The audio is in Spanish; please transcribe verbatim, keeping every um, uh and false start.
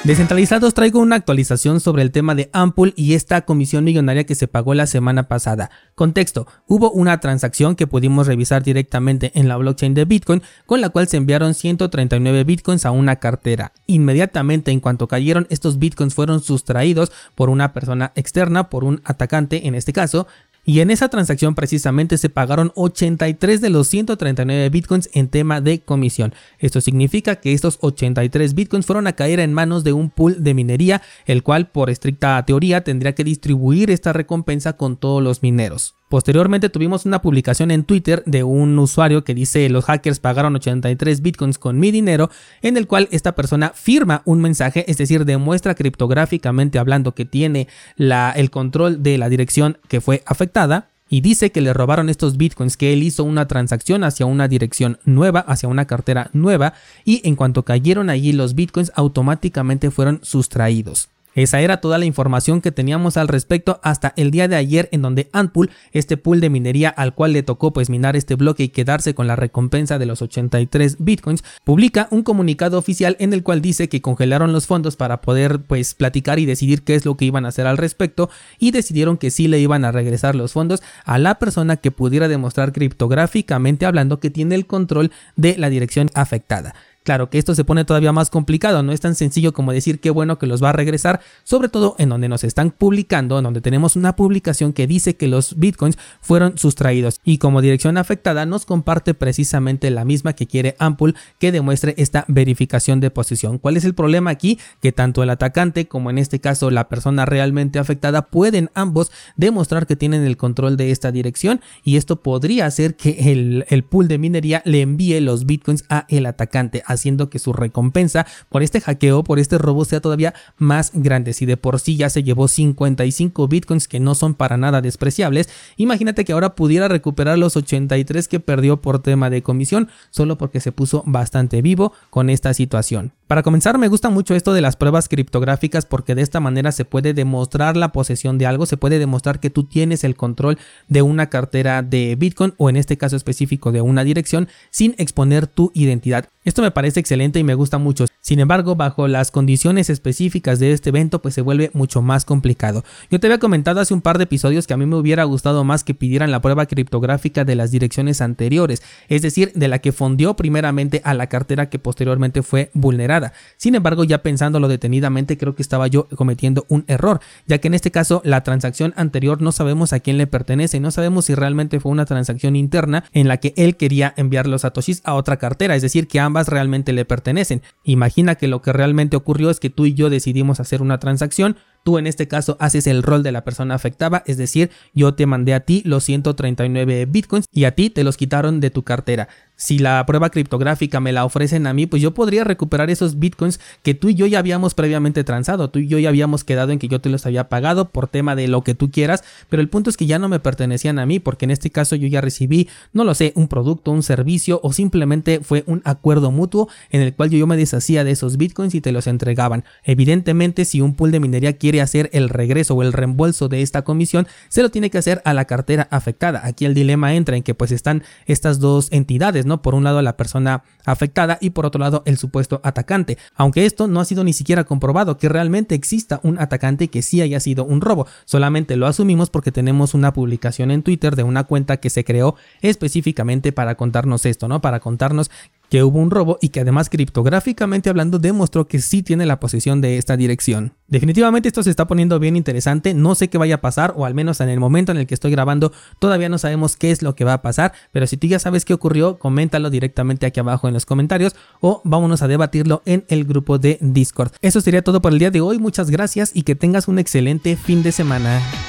Descentralizados, traigo una actualización sobre el tema de Ampool y esta comisión millonaria que se pagó la semana pasada. Contexto: hubo una transacción que pudimos revisar directamente en la blockchain de Bitcoin, con la cual se enviaron ciento treinta y nueve bitcoins a una cartera. Inmediatamente, en cuanto cayeron, estos bitcoins fueron sustraídos por una persona externa, por un atacante en este caso. Y en esa transacción precisamente se pagaron ochenta y tres de los ciento treinta y nueve bitcoins en tema de comisión. Esto significa que estos ochenta y tres bitcoins fueron a caer en manos de un pool de minería, el cual por estricta teoría tendría que distribuir esta recompensa con todos los mineros. Posteriormente tuvimos una publicación en Twitter de un usuario que dice: los hackers pagaron ochenta y tres bitcoins con mi dinero, en el cual esta persona firma un mensaje, es decir, demuestra criptográficamente hablando que tiene la, el control de la dirección que fue afectada. Y dice que le robaron estos bitcoins, que él hizo una transacción hacia una dirección nueva, hacia una cartera nueva, y en cuanto cayeron allí los bitcoins automáticamente fueron sustraídos. Esa era toda la información que teníamos al respecto hasta el día de ayer, en donde Ampool, este pool de minería al cual le tocó pues minar este bloque y quedarse con la recompensa de los ochenta y tres bitcoins, publica un comunicado oficial en el cual dice que congelaron los fondos para poder pues platicar y decidir qué es lo que iban a hacer al respecto, y decidieron que sí le iban a regresar los fondos a la persona que pudiera demostrar criptográficamente hablando que tiene el control de la dirección afectada. Claro que esto se pone todavía más complicado, no es tan sencillo como decir qué bueno que los va a regresar, sobre todo en donde nos están publicando, en donde tenemos una publicación que dice que los bitcoins fueron sustraídos, y como dirección afectada nos comparte precisamente la misma que quiere Ampool, que demuestre esta verificación de posición. ¿Cuál es el problema aquí? Que tanto el atacante como en este caso la persona realmente afectada pueden ambos demostrar que tienen el control de esta dirección, y esto podría hacer que el, el pool de minería le envíe los bitcoins a el atacante, haciendo que su recompensa por este hackeo, por este robo, sea todavía más grande. Si de por sí ya se llevó cincuenta y cinco bitcoins, que no son para nada despreciables, imagínate que ahora pudiera recuperar los ochenta y tres que perdió por tema de comisión, solo porque se puso bastante vivo con esta situación. Para comenzar, me gusta mucho esto de las pruebas criptográficas, porque de esta manera se puede demostrar la posesión de algo, se puede demostrar que tú tienes el control de una cartera de Bitcoin, o en este caso específico de una dirección, sin exponer tu identidad. Esto me parece excelente y me gusta mucho. Sin embargo, bajo las condiciones específicas de este evento, pues se vuelve mucho más complicado. Yo te había comentado hace un par de episodios que a mí me hubiera gustado más que pidieran la prueba criptográfica de las direcciones anteriores, es decir, de la que fondeó primeramente a la cartera que posteriormente fue vulnerada. Sin embargo, ya pensándolo detenidamente, creo que estaba yo cometiendo un error, ya que en este caso la transacción anterior no sabemos a quién le pertenece, no sabemos si realmente fue una transacción interna en la que él quería enviar los satoshis a otra cartera, es decir, que ambas realmente le pertenecen. Imagina que lo que realmente ocurrió es que tú y yo decidimos hacer una transacción. Tú en este caso haces el rol de la persona afectada, es decir, yo te mandé a ti los ciento treinta y nueve bitcoins y a ti te los quitaron de tu cartera. Si la prueba criptográfica me la ofrecen a mí, pues yo podría recuperar esos bitcoins que tú y yo ya habíamos previamente transado. Tú y yo ya habíamos quedado en que yo te los había pagado por tema de lo que tú quieras, pero el punto es que ya no me pertenecían a mí, porque en este caso yo ya recibí, no lo sé, un producto, un servicio, o simplemente fue un acuerdo mutuo en el cual yo, yo me deshacía de esos bitcoins y te los entregaban. Evidentemente, si un pool de minería quiere hacer el regreso o el reembolso de esta comisión, se lo tiene que hacer a la cartera afectada. Aquí el dilema entra en que pues están estas dos entidades, ¿no? Por un lado la persona afectada y por otro lado el supuesto atacante, aunque esto no ha sido ni siquiera comprobado que realmente exista un atacante que sí haya sido un robo. Solamente lo asumimos porque tenemos una publicación en Twitter de una cuenta que se creó específicamente para contarnos esto, ¿no? Para contarnos que hubo un robo y que además criptográficamente hablando demostró que sí tiene la posesión de esta dirección. Definitivamente esto se está poniendo bien interesante, no sé qué vaya a pasar, o al menos en el momento en el que estoy grabando todavía no sabemos qué es lo que va a pasar, pero si tú ya sabes qué ocurrió, coméntalo directamente aquí abajo en los comentarios o vámonos a debatirlo en el grupo de Discord. Eso sería todo por el día de hoy, muchas gracias y que tengas un excelente fin de semana.